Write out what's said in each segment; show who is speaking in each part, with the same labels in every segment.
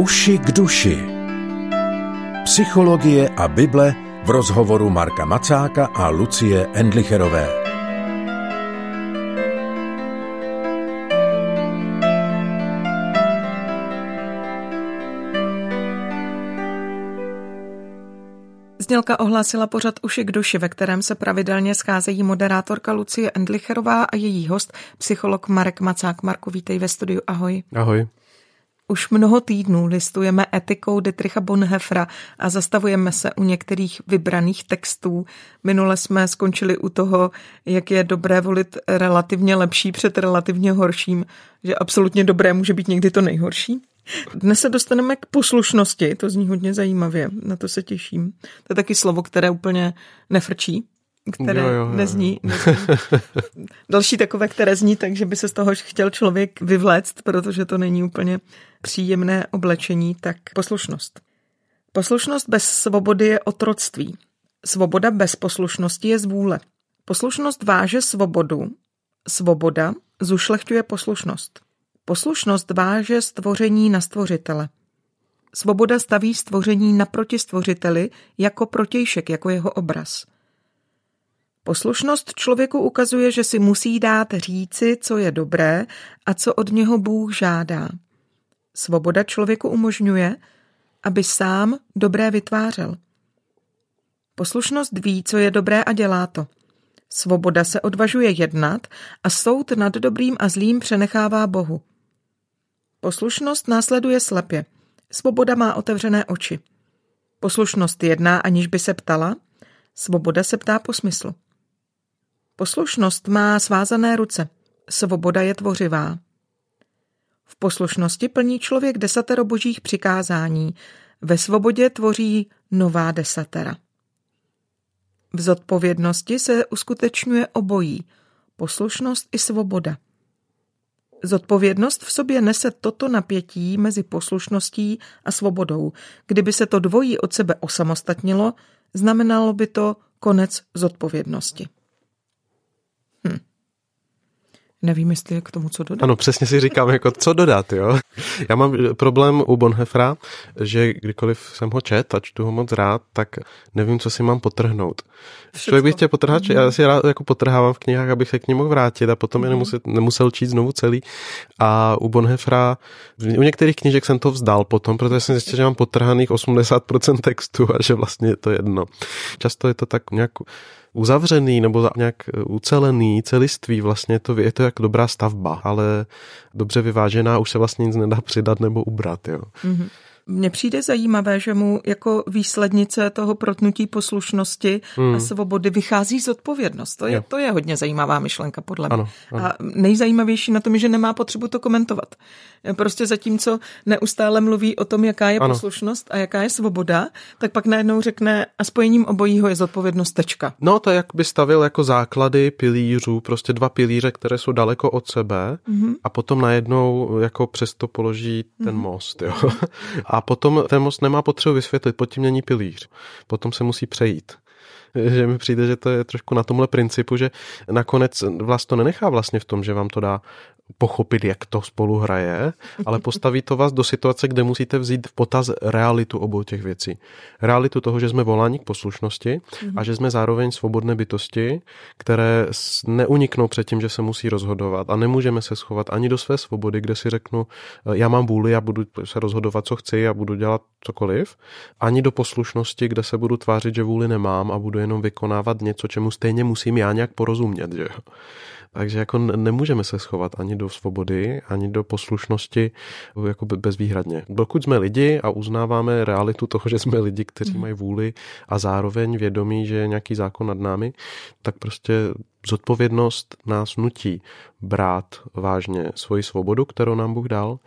Speaker 1: Uši k duši. Psychologie a Bible v rozhovoru Marka Macáka a Lucie Endlicherové.
Speaker 2: Znělka ohlásila pořad Uši k duši, ve kterém se pravidelně scházejí moderátorka Lucie Endlicherová a její host, psycholog Marek Macák. Marku, vítej ve studiu, ahoj.
Speaker 3: Ahoj.
Speaker 2: Už mnoho týdnů listujeme etikou Dietricha Bonhoeffera a zastavujeme se u některých vybraných textů. Minule jsme skončili u toho, jak je dobré volit relativně lepší před relativně horším, že absolutně dobré může být někdy to nejhorší. Dnes se dostaneme k poslušnosti, to zní hodně zajímavě, na to se těším. To je taky slovo, které úplně nefrčí, které nezní. Další takové, které zní, takže by se z toho chtěl člověk vyvléct, protože to není úplně příjemné oblečení, tak poslušnost. Poslušnost bez svobody je otroctví. Svoboda bez poslušnosti je zvůle. Poslušnost váže svobodu, svoboda zušlechťuje poslušnost. Poslušnost váže stvoření na stvořitele. Svoboda staví stvoření naproti stvořiteli jako protějšek, jako jeho obraz. Poslušnost člověku ukazuje, že si musí dát říci, co je dobré a co od něho Bůh žádá. Svoboda člověku umožňuje, aby sám dobré vytvářel. Poslušnost ví, co je dobré a dělá to. Svoboda se odvažuje jednat a soud nad dobrým a zlým přenechává Bohu. Poslušnost následuje slepě. Svoboda má otevřené oči. Poslušnost jedná, aniž by se ptala. Svoboda se ptá po smyslu. Poslušnost má svázané ruce. Svoboda je tvořivá. V poslušnosti plní člověk 10 božích přikázání. Ve svobodě tvoří nová 10. V zodpovědnosti se uskutečňuje obojí. Poslušnost i svoboda. Zodpovědnost v sobě nese toto napětí mezi poslušností a svobodou. Kdyby se to dvojí od sebe osamostatnilo, znamenalo by to konec zodpovědnosti. Nevím, jestli je k tomu co dodat.
Speaker 3: Ano, přesně si říkám, jako co dodat, jo. Já mám problém u Bonhoeffera, že kdykoliv jsem ho čet a čtu ho moc rád, tak nevím, co si mám potrhnout. Člověk bych chtěl potrhat, já si rád jako potrhávám v knihách, abych se k ním mohl vrátit a potom je nemusel číst znovu celý. A u Bonhoeffera, u některých knížek jsem to vzdal potom, protože jsem zjistil, že mám potrhaných 80% textu a že vlastně je to jedno. Často je to tak nějak uzavřený nebo nějak ucelený, celiství, vlastně je to jak dobrá stavba, ale dobře vyvážená, už se vlastně nic nedá přidat nebo ubrat, jo.
Speaker 2: Mm-hmm. Mně přijde zajímavé, že mu jako výslednice toho protnutí poslušnosti a svobody vychází zodpovědnost. To je hodně zajímavá myšlenka, podle mě.
Speaker 3: Ano.
Speaker 2: A nejzajímavější na tom je, že nemá potřebu to komentovat. Prostě zatímco neustále mluví o tom, jaká je poslušnost a jaká je svoboda, tak pak najednou řekne a spojením obojího je zodpovědnost tečka.
Speaker 3: No to jak by stavil jako základy pilířů, prostě 2 pilíře, které jsou daleko od sebe a potom najednou jako přesto položí ten most, jo. A potom ten most nemá potřebu vysvětlit, pod tím není pilíř. Potom se musí přejít. Že mi přijde, že to je trošku na tomhle principu, že nakonec vás to nenechá vlastně v tom, že vám to dá pochopit, jak to spolu hraje, ale postaví to vás do situace, kde musíte vzít v potaz realitu obou těch věcí. Realitu toho, že jsme voláni k poslušnosti a že jsme zároveň svobodné bytosti, které neuniknou před tím, že se musí rozhodovat a nemůžeme se schovat ani do své svobody, kde si řeknu, já mám vůli a budu se rozhodovat, co chci a budu dělat cokoliv, ani do poslušnosti, kde se budu tvářit, že vůli nemám a budu jenom vykonávat něco, čemu stejně musím já nějak porozumět, že jo. Takže jako nemůžeme se schovat ani do svobody, ani do poslušnosti jako bezvýhradně. Dokud jsme lidi a uznáváme realitu toho, že jsme lidi, kteří mají vůli a zároveň vědomí, že je nějaký zákon nad námi, tak prostě zodpovědnost nás nutí brát vážně svoji svobodu, kterou nám Bůh dal,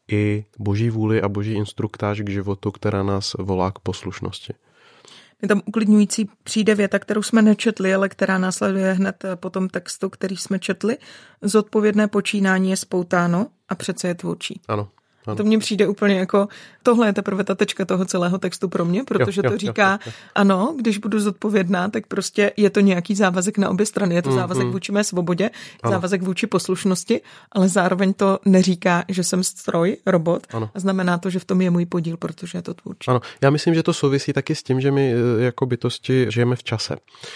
Speaker 3: i boží vůli a boží instruktáž k životu, která nás volá k poslušnosti.
Speaker 2: Je tam uklidňující přijde věta, kterou jsme nečetli, ale která následuje hned po tom textu, který jsme četli. Zodpovědné počínání je spoutáno a přece je tvůrčí.
Speaker 3: Ano. Ano.
Speaker 2: To mně přijde úplně jako, tohle je teprve ta tečka toho celého textu pro mě, protože to říká, ano, když budu zodpovědná, tak prostě je to nějaký závazek na obě strany. Je to závazek vůči mé svobodě, závazek vůči poslušnosti, ale zároveň to neříká, že jsem stroj, robot.
Speaker 3: Ano.
Speaker 2: A znamená to, že v tom je můj podíl, protože je to tvůrčí.
Speaker 3: Ano, já myslím, že to souvisí taky s tím, že my jako bytosti žijeme v čase.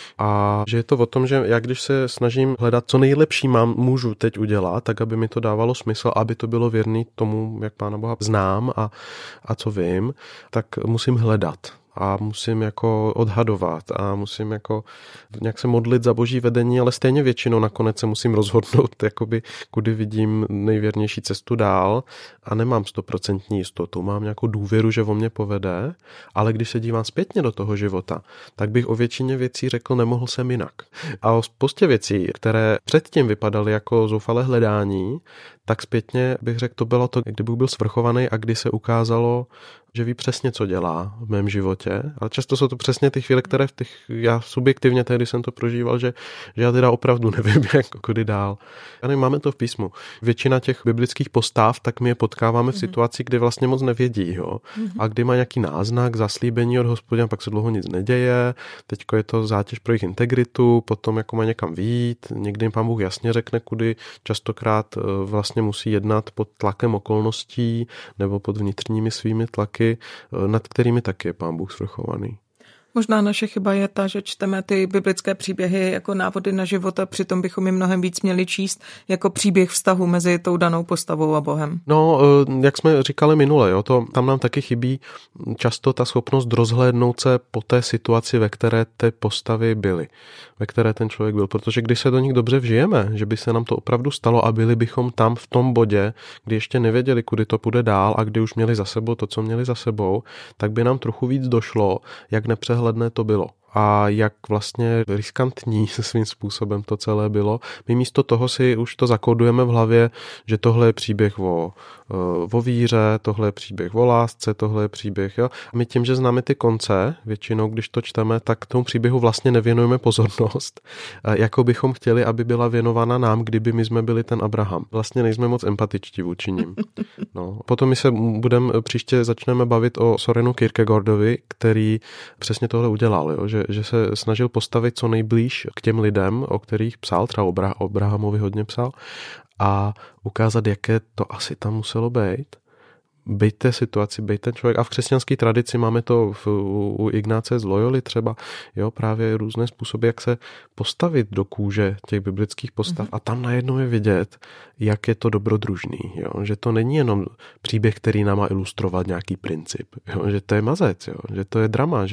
Speaker 3: A že je to o tom, že já když se snažím hledat, co nejlepší můžu teď udělat, tak aby mi to dávalo smysl, aby to bylo věrný tomu, jak Pána Boha znám a co vím, tak musím hledat. A musím jako odhadovat a musím jako nějak se modlit za boží vedení, ale stejně většinou nakonec se musím rozhodnout, jakoby, kudy vidím nejvěrnější cestu dál a nemám 100% jistotu. Mám nějakou důvěru, že o mě povede, ale když se dívám zpětně do toho života, tak bych o většině věcí řekl, nemohl jsem jinak. A o spoustě věcí, které předtím vypadaly jako zoufalé hledání, tak zpětně bych řekl, to bylo to, kdy Bůh byl svrchovaný a kdy se ukázalo, že ví přesně, co dělá v mém životě. Ale často jsou to přesně ty chvíle, které já subjektivně tehdy jsem to prožíval, že já teda opravdu nevím, jak kudy dál. A nevím, máme to v písmu. Většina těch biblických postav, tak my je potkáváme v situaci, kdy vlastně moc nevědí. Jo? A kdy má nějaký náznak, zaslíbení od Hospodina, pak se dlouho nic neděje. Teďko je to zátěž pro jejich integritu, potom jako má někam vyjít. Někdy jim Pán Bůh jasně řekne, kudy, častokrát vlastně musí jednat pod tlakem okolností nebo pod vnitřními svými tlaky, nad kterými taky je Pán Bůh svrchovaný.
Speaker 2: Možná naše chyba je ta, že čteme ty biblické příběhy jako návody na život a přitom bychom je mnohem víc měli číst jako příběh vztahu mezi tou danou postavou a Bohem.
Speaker 3: No, jak jsme říkali minule, jo, tam nám taky chybí často ta schopnost rozhlédnout se po té situaci, ve které ty postavy byly, ve které ten člověk byl, protože když se do nich dobře vžijeme, že by se nám to opravdu stalo a byli bychom tam v tom bodě, kdy ještě nevěděli, kudy to půjde dál a kdy už měli za sebou to, co měli za sebou, tak by nám trochu víc došlo, jak nepřehledné to bylo a jak vlastně riskantní se svým způsobem to celé bylo. My místo toho si už to zakódujeme v hlavě, že tohle je příběh o víře, tohle je příběh o lásce, tohle je příběh, jo. A my tím, že známe ty konce, většinou, když to čteme, tak tomu příběhu vlastně nevěnujeme pozornost, jako bychom chtěli, aby byla věnována nám, kdyby my jsme byli ten Abraham. Vlastně nejsme moc empatičtí vůči nim. No. Potom my se příště začneme bavit o Sorenu Kierkegaardovi, který přesně tohle udělal, jo. Že se snažil postavit co nejblíž k těm lidem, o kterých psal, třeba o Abrahamovi hodně psal, a ukázat, jaké to asi tam muselo být. Bejt té situaci, bejt ten člověk. A v křesťanské tradici máme to u Ignáce z Loyoli třeba, jo, právě různé způsoby, jak se postavit do kůže těch biblických postav. A tam najednou je vidět, jak je to dobrodružný. Jo? Že to není jenom příběh, který nám má ilustrovat nějaký princip. Jo? Že to je mazec, jo? Že to je drama,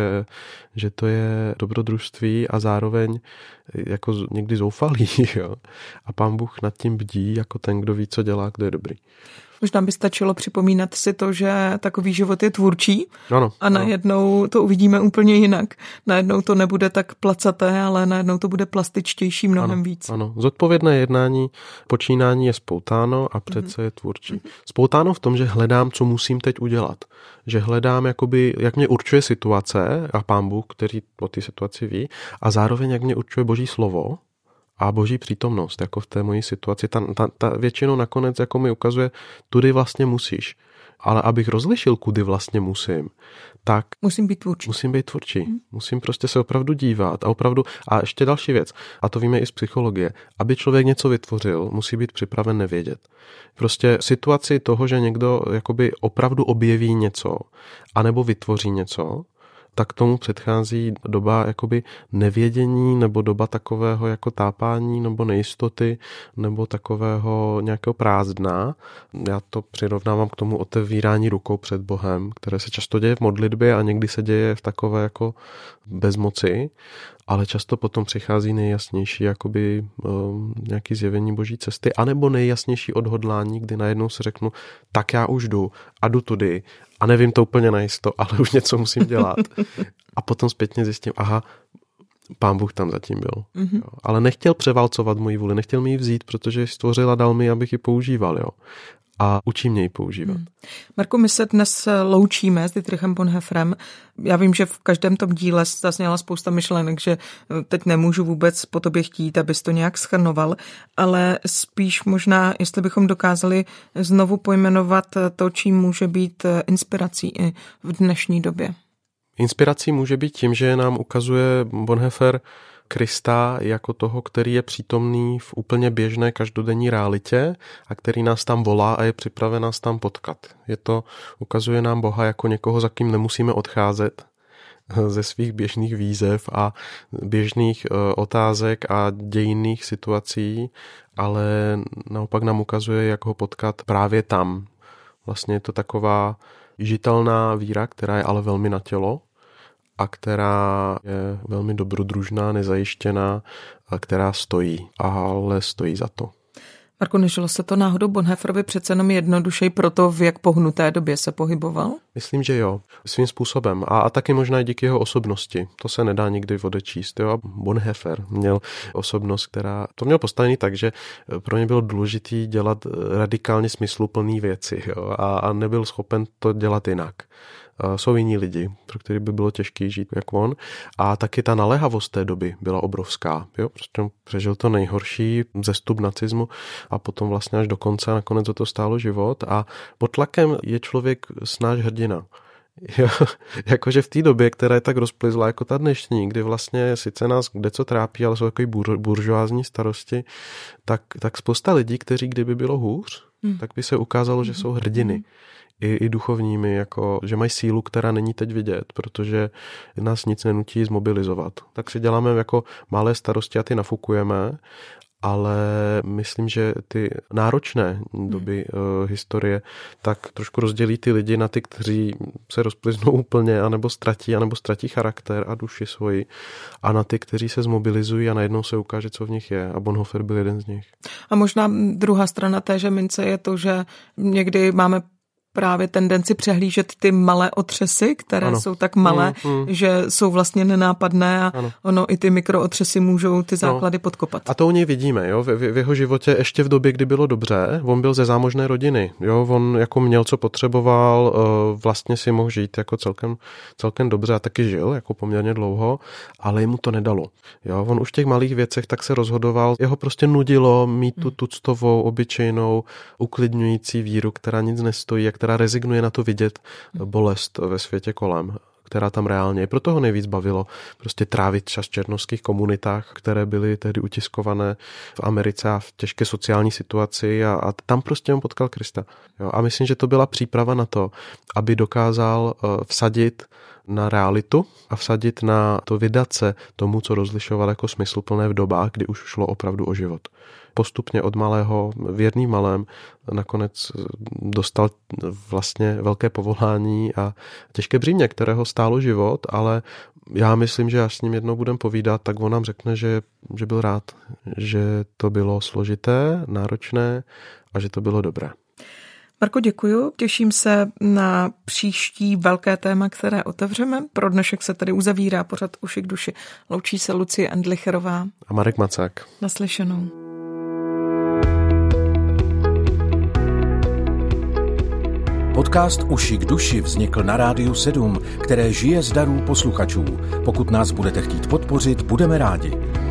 Speaker 3: že to je dobrodružství a zároveň jako někdy zoufalý. Jo? A Pán Bůh nad tím bdí jako ten, kdo ví, co dělá, kdo je dobrý.
Speaker 2: Možná by stačilo připomínat si to, že takový život je tvůrčí a najednou to uvidíme úplně jinak. Najednou to nebude tak placaté, ale najednou to bude plastičtější mnohem víc.
Speaker 3: Ano, zodpovědné jednání, počínání je spoutáno a přece je tvůrčí. Spoutáno v tom, že hledám, co musím teď udělat. Že hledám, jakoby, jak mě určuje situace a Pán Bůh, který o té situaci ví, a zároveň jak mě určuje Boží slovo a Boží přítomnost, jako v té mojí situaci. Ta většinou nakonec jako mi ukazuje, tudy vlastně musíš. Ale abych rozlišil, kudy vlastně musím, tak
Speaker 2: musím být tvůrčí.
Speaker 3: Musím prostě se opravdu dívat a opravdu, a ještě další věc, a to víme i z psychologie, aby člověk něco vytvořil, musí být připraven nevědět. Prostě situaci toho, že někdo jakoby opravdu objeví něco, anebo vytvoří něco, tak tomu předchází doba jakoby nevědění nebo doba takového jako tápání nebo nejistoty nebo takového nějakého prázdna. Já to přirovnávám k tomu otevírání rukou před Bohem, které se často děje v modlitbě a někdy se děje v takové jako bezmoci, ale často potom přichází nejjasnější jakoby nějaký zjevení Boží cesty, anebo nejjasnější odhodlání, kdy najednou se řeknu, tak já už jdu a jdu tudy a nevím to úplně najisto, ale už něco musím dělat. A potom zpětně zjistím, aha, Pán Bůh tam zatím byl. Jo. Ale nechtěl převálcovat moji vůli, nechtěl mi ji vzít, protože ji stvořil a dal mi, abych ji používal. Jo. a učí mě ji používat.
Speaker 2: Marku, my se dnes loučíme s Dietrichem Bonhoefferem. Já vím, že v každém tom díle zazněla spousta myšlenek, že teď nemůžu vůbec po tobě chtít, abys to nějak shrnoval, ale spíš možná, jestli bychom dokázali znovu pojmenovat to, čím může být inspirací i v dnešní době.
Speaker 3: Inspirací může být tím, že nám ukazuje Bonhoeffer Krista jako toho, který je přítomný v úplně běžné každodenní realitě a který nás tam volá a je připraven nás tam potkat. Ukazuje nám Boha jako někoho, za kým nemusíme odcházet ze svých běžných výzev a běžných otázek a dějinných situací, ale naopak nám ukazuje, jak ho potkat právě tam. Vlastně je to taková žitelná víra, která je ale velmi na tělo a která je velmi dobrodružná, nezajištěná, a která stojí, ale stojí za to.
Speaker 2: Marku, nežilo se to náhodou Bonhoefferovi přece jenom jednodušeji proto, v jak pohnuté době se pohyboval?
Speaker 3: Myslím, že jo, svým způsobem. A taky možná i díky jeho osobnosti. To se nedá nikdy odečíst. Jo? Bonhoeffer měl osobnost, která to měl postavený tak, že pro ně bylo důležité dělat radikálně smysluplné věci, jo? A nebyl schopen to dělat jinak. Jsou jiní lidi, pro který by bylo těžké žít jak on. A taky ta naléhavost té doby byla obrovská. Jo? Prostě přežil to nejhorší vzestup nacismu a potom vlastně až do konce a nakonec to stálo život. A pod tlakem je člověk snáš hrdina. Jo, jakože v té době, která je tak rozplizlá jako ta dnešní, kdy vlastně sice nás kdeco trápí, ale jsou takový buržoázní starosti, tak spousta lidí, kteří kdyby bylo hůř, tak by se ukázalo, že jsou hrdiny. I duchovními, jako, že mají sílu, která není teď vidět, protože nás nic nenutí zmobilizovat. Tak si děláme jako malé starosti a ty nafukujeme, ale myslím, že ty náročné doby historie tak trošku rozdělí ty lidi na ty, kteří se rozpliznou úplně, anebo ztratí charakter a duši svoji, a na ty, kteří se zmobilizují a najednou se ukáže, co v nich je. A Bonhoeffer byl jeden z nich.
Speaker 2: A možná druhá strana téže mince je to, že někdy máme právě tendenci přehlížet ty malé otřesy, které jsou tak malé, že jsou vlastně nenápadné a ono i ty mikrootřesy můžou ty základy podkopat.
Speaker 3: A to u něj vidíme, jo? V jeho životě ještě v době, kdy bylo dobře, on byl ze zámožné rodiny, jo? On jako měl, co potřeboval, vlastně si mohl žít jako celkem dobře a taky žil jako poměrně dlouho, ale jemu to nedalo. Jo? On už v těch malých věcech tak se rozhodoval, jeho prostě nudilo mít tu tuctovou, obyčejnou, uklidňující víru, která nic nestojí a která rezignuje na to vidět bolest ve světě kolem, která tam reálně je. Proto ho nejvíc bavilo prostě trávit čas v černovských komunitách, které byly tehdy utiskované v Americe a v těžké sociální situaci a tam prostě on potkal Krista. Jo, a myslím, že to byla příprava na to, aby dokázal vsadit na realitu a vsadit na to vydat se tomu, co rozlišoval jako smysluplné v dobách, kdy už šlo opravdu o život. Postupně od malého, věrný malém, nakonec dostal vlastně velké povolání a těžké břímě, kterého stálo život, ale já myslím, že až s ním jednou budeme povídat, tak on nám řekne, že byl rád, že to bylo složité, náročné a že to bylo dobré.
Speaker 2: Marko, děkuju. Těším se na příští velké téma, které otevřeme. Pro dnešek se tady uzavírá pořad Uši k duši. Loučí se Lucie Endlicherová
Speaker 3: a Marek Macák.
Speaker 2: Naslyšenou.
Speaker 1: Podcast Uši k duši vznikl na Rádiu 7, které žije z darů posluchačů. Pokud nás budete chtít podpořit, budeme rádi.